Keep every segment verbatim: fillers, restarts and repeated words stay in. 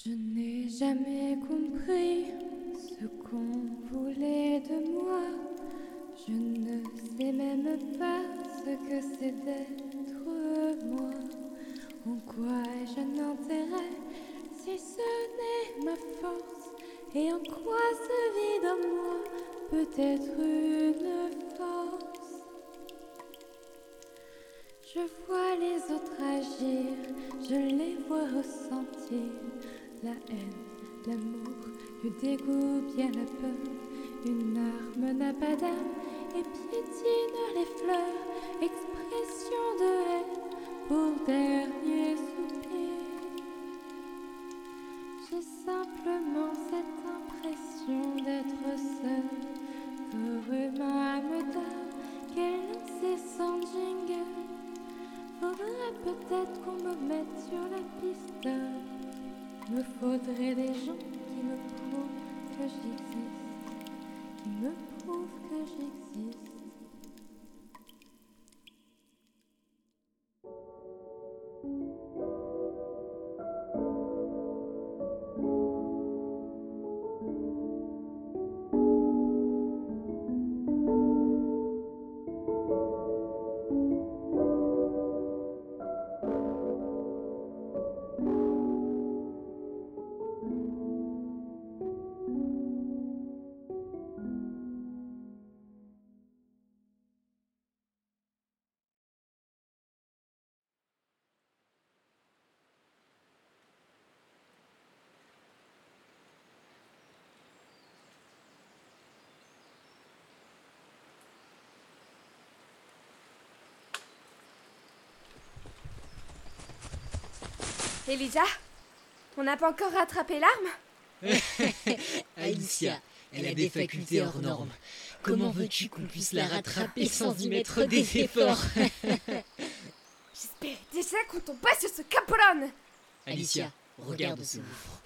Je n'ai jamais compris ce qu'on voulait de moi. Je ne sais même pas ce que c'est d'être moi. En quoi ai-je un intérêt si ce n'est ma force? Et en quoi ce vide en moi peut être une force? Je vois les autres agir, je les vois ressentir. La haine, l'amour, le dégoût, bien la peur. Une arme n'a pas d'âme et piétine les fleurs. Expression de haine pour dernier soupir. J'ai simplement cette impression d'être seule. Pour une âme d'âme, quel incessant jingle. Faudrait peut-être qu'on me mette sur la piste. Me faudrait des gens qui me prouvent que j'existe, qui me prouvent que j'existe. Elijah, on n'a pas encore rattrapé l'arme? Alicia, elle a des facultés hors normes. Comment veux-tu qu'on puisse la rattraper sans y mettre des efforts? J'espère déjà qu'on tombe pas sur ce capolone. Alicia, regarde ce gouffre.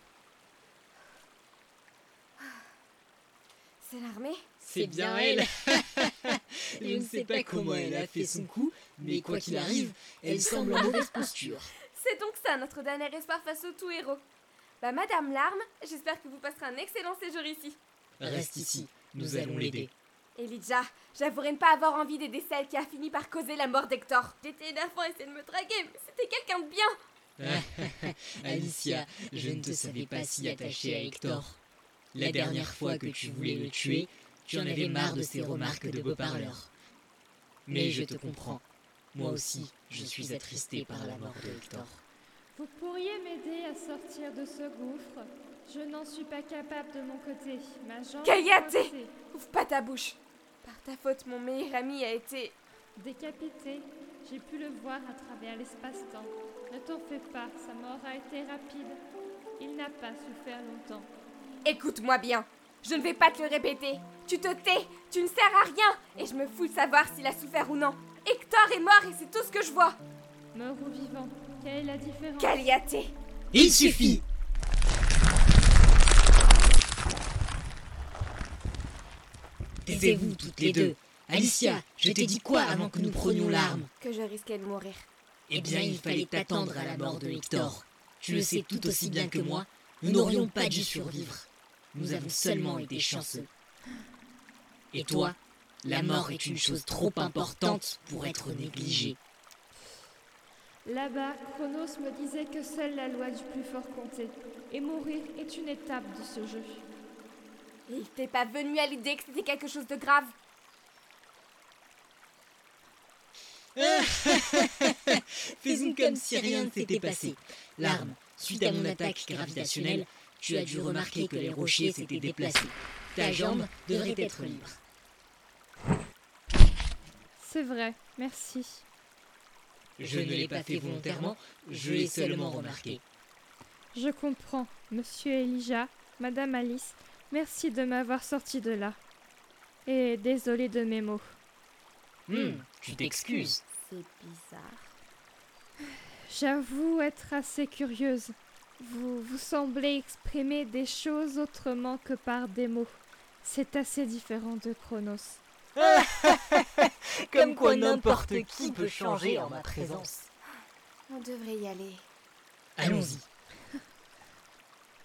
C'est l'armée? C'est bien elle. Je ne sais pas comment elle a fait son coup, mais quoi qu'il arrive, elle semble en mauvaise posture. C'est donc ça notre dernier espoir face au tout héros. Bah Madame Larme, j'espère que vous passerez un excellent séjour ici. Reste ici, nous allons l'aider. Elijah, j'avouerai ne pas avoir envie d'aider celle qui a fini par causer la mort d'Hector. J'étais une enfant essayer de me draguer, mais c'était quelqu'un de bien. Alicia, je ne te savais pas si attachée à Hector. La dernière fois que tu voulais le tuer, tu en avais marre de ses remarques de beau parleur. Mais je te comprends. Moi aussi, je suis attristé par la mort de Hector. Vous pourriez m'aider à sortir de ce gouffre? Je n'en suis pas capable de mon côté. Ma jambe Kayate, est coincée. ouvre pas ta bouche. Par ta faute, mon meilleur ami a été... Décapité, j'ai pu le voir à travers l'espace-temps. Ne t'en fais pas, sa mort a été rapide. Il n'a pas souffert longtemps. Écoute-moi bien, je ne vais pas te le répéter. Tu te tais, tu ne sers à rien, et je me fous de savoir s'il a souffert ou non. Hector est mort et c'est tout ce que je vois. Mort ou vivant, quelle est la différence? Kayate. Il suffit! Taisez-vous toutes les deux. Alicia, je t'ai dit quoi avant que nous prenions l'arme? Que je risquais de mourir. Eh bien, il fallait t'attendre à la mort de Hector. Tu le sais tout aussi bien que moi, nous n'aurions pas dû survivre. Nous avons seulement été chanceux. Et toi, la mort est une chose trop importante pour être négligée. Là-bas, Chronos me disait que seule la loi du plus fort comptait. Et mourir est une étape de ce jeu. Et il t'est pas venu à l'idée que c'était quelque chose de grave? Faisons comme si rien ne s'était passé. L'arme, suite à mon attaque gravitationnelle, tu as dû remarquer que les rochers s'étaient déplacés. Ta jambe devrait être libre. C'est vrai, merci. Je ne l'ai pas fait volontairement, je l'ai seulement remarqué. Je comprends, monsieur Elijah, madame Alice, merci de m'avoir sorti de là. Et désolé de mes mots. Hmm, tu t'excuses. C'est bizarre. J'avoue être assez curieuse. Vous, vous semblez exprimer des choses autrement que par des mots. C'est assez différent de Chronos. Comme quoi n'importe qui peut changer en ma présence. On devrait y aller. Allons-y.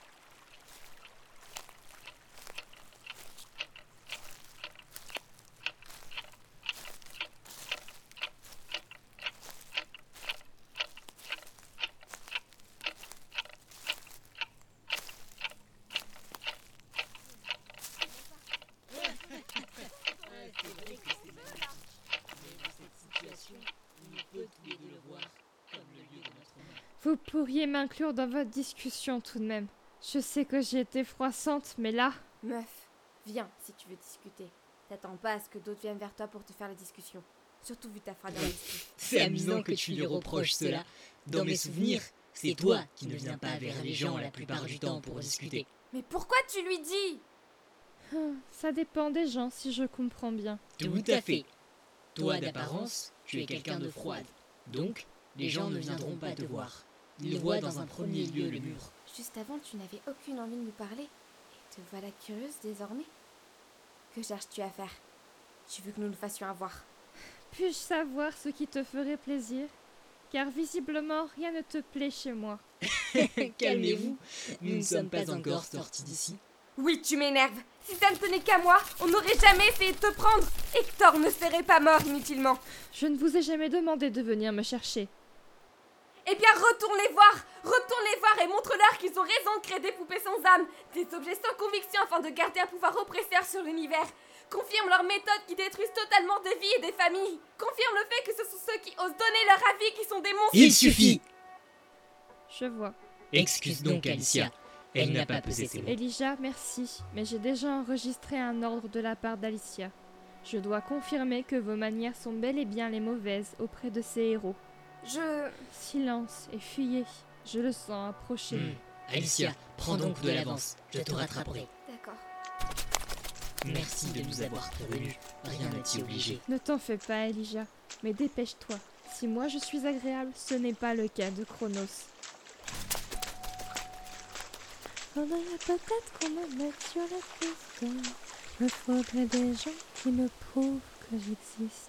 Vous pourriez m'inclure dans votre discussion tout de même. Je sais que j'ai été froissante, mais là... Meuf, viens si tu veux discuter. T'attends pas à ce que d'autres viennent vers toi pour te faire la discussion. Surtout vu ta froideur d'esprit. C'est amusant que tu lui reproches cela. Dans mes souvenirs, c'est toi qui ne viens pas vers les gens la plupart du temps pour discuter. Mais pourquoi tu lui dis ? Hum, Ça dépend des gens, si je comprends bien. Tout à fait. Toi, d'apparence, tu es quelqu'un de froide. Donc, les gens ne viendront pas te voir. Ils voient dans un premier lieu le mur. Juste avant, tu n'avais aucune envie de nous parler. Et te voilà curieuse désormais. Que cherches-tu à faire ? Tu veux que nous nous fassions avoir ? Puis-je savoir ce qui te ferait plaisir ? Car visiblement, rien ne te plaît chez moi. Calmez-vous, nous ne sommes pas encore sortis d'ici. Oui, tu m'énerves. Si ça ne tenait qu'à moi, on n'aurait jamais essayé de te prendre. Hector ne serait pas mort inutilement. Je ne vous ai jamais demandé de venir me chercher. Eh bien, retourne les voir. Retourne les voir et montre-leur qu'ils ont raison de créer des poupées sans âme. Des objets sans conviction afin de garder un pouvoir oppresseur sur l'univers. Confirme leurs méthodes qui détruisent totalement des vies et des familles. Confirme le fait que ce sont ceux qui osent donner leur avis qui sont des monstres. Il suffit. Je vois. Excuse donc Alicia. Elle n'a pas pesé ses mots. Elijah, merci, mais j'ai déjà enregistré un ordre de la part d'Alicia. Je dois confirmer que vos manières sont bel et bien les mauvaises auprès de ces héros. Je... Silence et fuyez. Je le sens approcher. Hmm. Alicia, prends donc de l'avance. Je te rattraperai. D'accord. Merci de nous avoir prévenus. Rien ne t'y obliger. Ne t'en fais pas, Elijah, mais dépêche-toi. Si moi je suis agréable, ce n'est pas le cas de Chronos. Faudrait peut-être qu'on me mette sur la piste. Me faudrait des gens qui me prouvent que j'existe.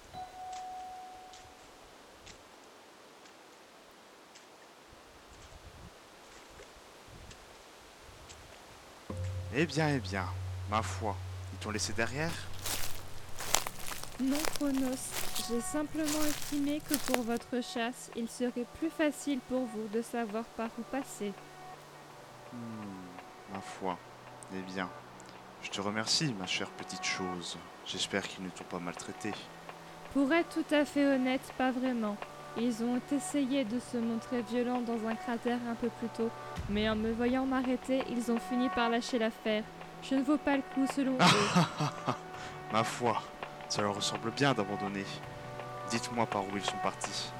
Eh bien, eh bien, ma foi, ils t'ont laissé derrière ? Non, Chronos, j'ai simplement estimé que pour votre chasse, il serait plus facile pour vous de savoir par où passer. Hmm, ma foi, eh bien, je te remercie, ma chère petite chose. J'espère qu'ils ne t'ont pas maltraité. Pour être tout à fait honnête, pas vraiment. Ils ont essayé de se montrer violents dans un cratère un peu plus tôt, mais en me voyant m'arrêter, ils ont fini par lâcher l'affaire. Je ne vaux pas le coup selon eux. Ma foi, ça leur ressemble bien d'abandonner. Dites-moi par où ils sont partis.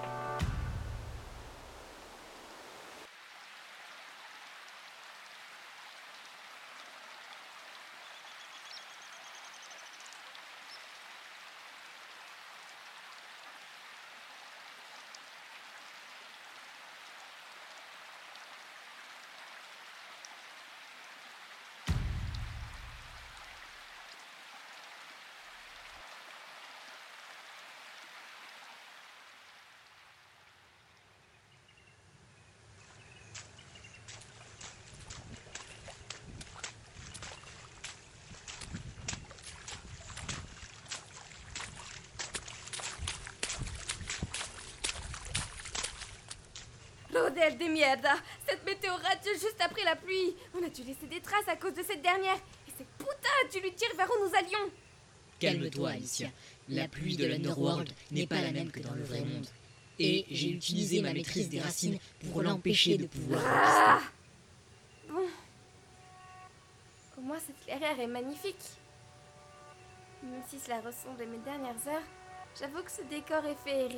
Bordel de merde. Cette météo radieuse juste après la pluie. On a dû laisser des traces à cause de cette dernière. Et cette putain a dû lui dire vers où nous allions. Calme-toi, Alicia. La pluie de l'Underworld n'est pas la même que dans le vrai monde. Et j'ai utilisé ma maîtrise des racines pour l'empêcher de pouvoir Ah bon. Au moins cette clairière est magnifique. Même si cela ressemble à mes dernières heures, j'avoue que ce décor est féerique.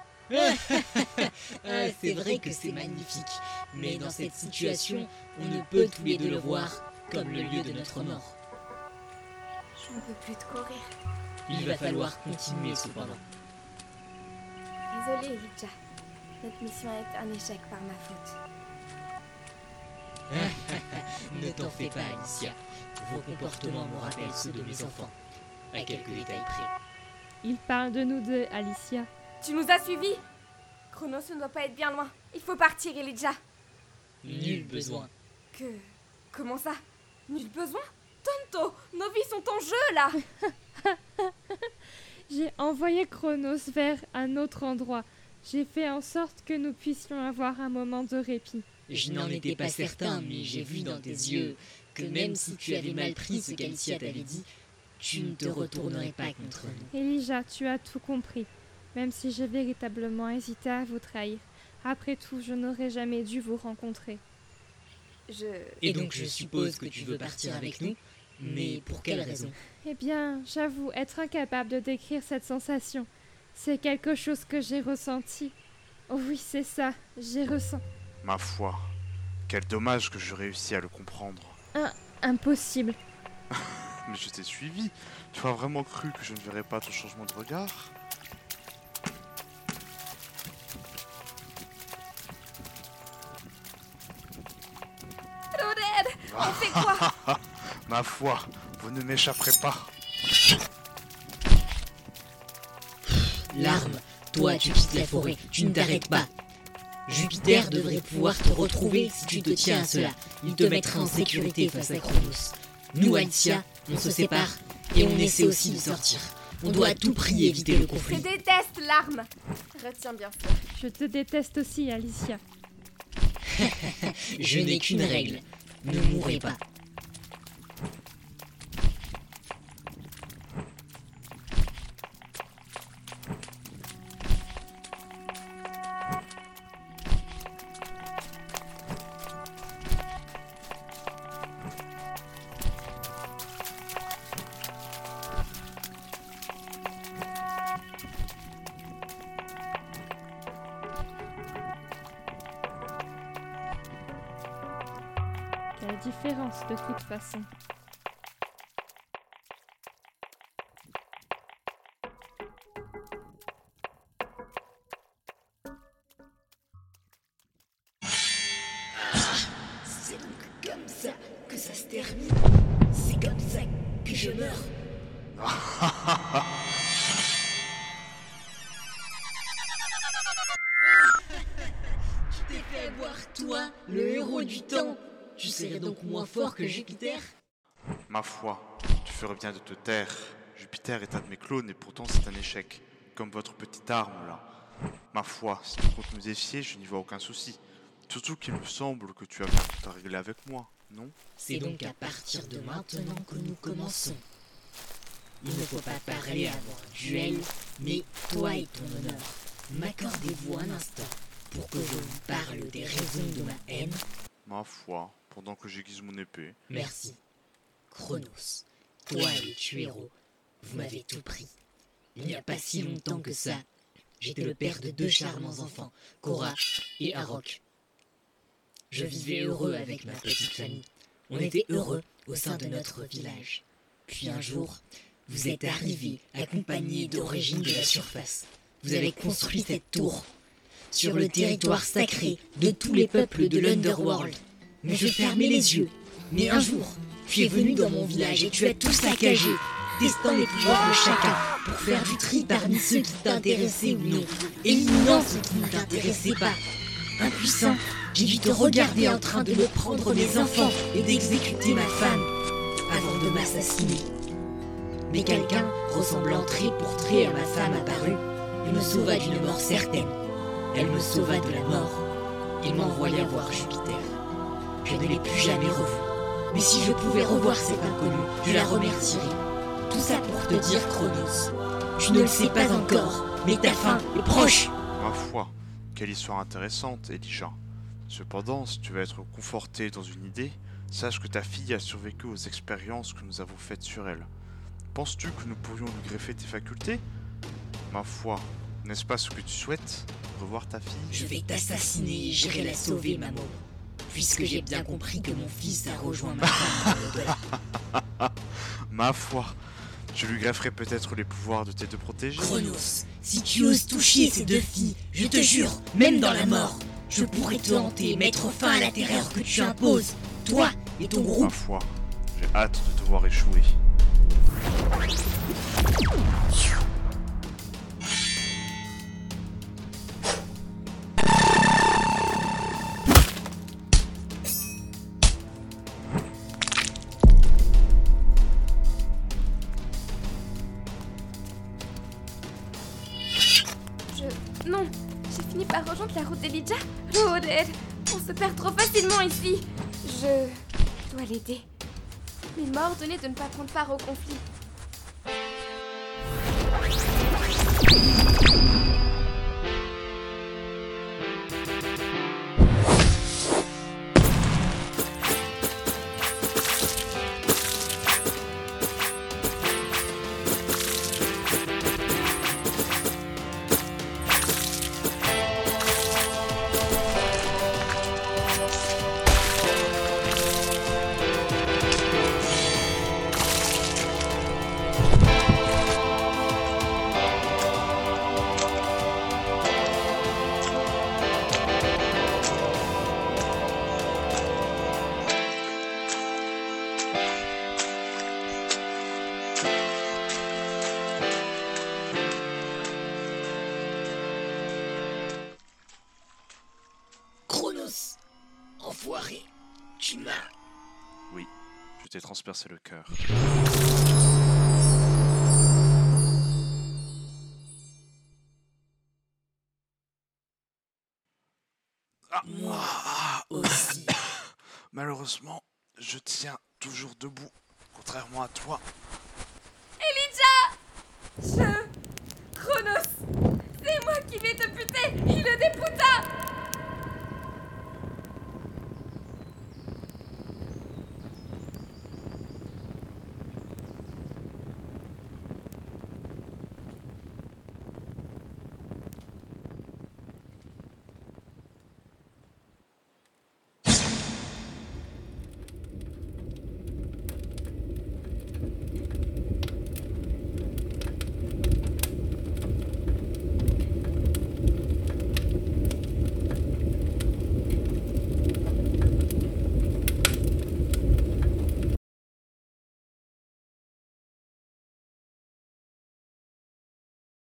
Ah, c'est vrai que c'est magnifique, mais dans cette situation, on ne peut tous les deux le voir comme le lieu de notre mort. Je ne peux plus te courir. Il va falloir continuer cependant. Désolée, Elijah. Notre mission est un échec par ma faute. Ne t'en fais pas, Alicia. Vos comportements me rappellent ceux de mes enfants, à quelques détails près. Il parle de nous deux, Alicia. Tu nous as suivis ? Chronos ne doit pas être bien loin. Il faut partir, Elijah. Nul besoin. Que... Comment ça ? Nul besoin ? Tonto, nos vies sont en jeu, là. J'ai envoyé Chronos vers un autre endroit. J'ai fait en sorte que nous puissions avoir un moment de répit. Je n'en étais pas certain, mais j'ai vu dans tes yeux que même si tu avais mal pris ce qu'Alicia t'avait dit, tu ne te retournerais pas contre nous. Elijah, tu as tout compris. Même si j'ai véritablement hésité à vous trahir, Après tout, je n'aurais jamais dû vous rencontrer. Je... Et donc je suppose que tu veux partir avec nous, mais pour quelle raison? Eh bien, j'avoue être incapable de décrire cette sensation. C'est quelque chose que j'ai ressenti. Oh oui, c'est ça, j'ai ressenti. Ma foi, quel dommage que je réussis à le comprendre. Un... Impossible. Mais je t'ai suivi. Tu as vraiment cru que je ne verrais pas ton changement de regard? Roded, on fait quoi? Ma foi, vous ne m'échapperez pas. Larme, toi tu quittes la forêt, tu ne t'arrêtes pas. Jupiter devrait pouvoir te retrouver si tu te tiens à cela. Il te mettra en sécurité face à Chronos. Nous, Alicia, on se sépare et on essaie aussi de sortir. On doit à tout prix éviter le Je conflit. déteste l'arme. Retiens bien ça. Je te déteste aussi, Alicia. Je n'ai qu'une règle, ne mourrez pas. Quelle différence de toute façon. C'est donc comme ça que ça se termine. C'est comme ça que je meurs. Tu t'es fait avoir, toi, le héros du temps. Tu serais donc moins fort que Jupiter? Ma foi, tu ferais bien de te taire. Jupiter est un de mes clones et pourtant c'est un échec. Comme votre petite arme là. Ma foi, si tu comptes me défier, je n'y vois aucun souci. Surtout qu'il me semble que tu as bien tout à régler avec moi, non? C'est donc à partir de maintenant que nous commençons. Il ne faut pas parler avant un duel, mais toi et ton honneur, m'accordez-vous un instant pour que je vous parle des raisons de ma haine? Ma foi, pendant que j'aiguise mon épée. Merci. Chronos, toi et les tuéros, vous m'avez tout pris. Il n'y a pas si longtemps que ça, j'étais le père de deux charmants enfants, Cora et Arok. Je vivais heureux avec ma petite famille. On était heureux au sein de notre village. Puis un jour, vous êtes arrivés, accompagnés d'Origine de la Surface. Vous avez construit cette tour sur le territoire sacré de tous les peuples de l'Underworld. Mais je fermais les yeux. Mais un jour, tu es venu dans mon village et tu as tout saccagé, testant les pouvoirs de chacun pour faire du tri parmi ceux qui t'intéressaient ou non, éliminant ceux qui ne t'intéressaient pas. Impuissant, j'ai dû te regarder en train de me prendre mes enfants et d'exécuter ma femme avant de m'assassiner. Mais quelqu'un, ressemblant trait pour trait à ma femme, apparut et me sauva d'une mort certaine. Elle me sauva de la mort. Il m'envoya voir Jupiter. Je ne l'ai plus jamais revue. Mais si je pouvais revoir cette inconnue, je la remercierais. Tout ça pour te dire, Chronos. Tu ne le sais pas encore, mais ta fin est proche. Ma foi, quelle histoire intéressante, Elijah. Cependant, si tu veux être conforté dans une idée, sache que ta fille a survécu aux expériences que nous avons faites sur elle. Penses-tu que nous pourrions lui greffer tes facultés? Ma foi, n'est-ce pas ce que tu souhaites? Revoir ta fille? Je vais t'assassiner et j'irai la sauver, maman. Puisque j'ai bien compris que mon fils a rejoint ma femme dans l'au-delà. Ma foi, je lui grefferai peut-être les pouvoirs de tes deux protégés. Chronos, si tu oses toucher ces deux filles, je te jure, même dans la mort, je pourrais te hanter et mettre fin à la terreur que tu imposes, toi et ton Ma groupe. foi, j'ai hâte de te voir échouer. Je... Non, j'ai fini par rejoindre la route d'Elijah. Roded, on se perd trop facilement ici. Je dois l'aider. Mais il m'a ordonné de ne pas prendre part au conflit. Chronos, enfoiré, tu m'as... Oui, je t'ai transpercé le cœur. Ah, Moi ah, aussi. Malheureusement, je tiens toujours debout, contrairement à toi. Je... Chronos, c'est moi qui vais te buter, il le députa.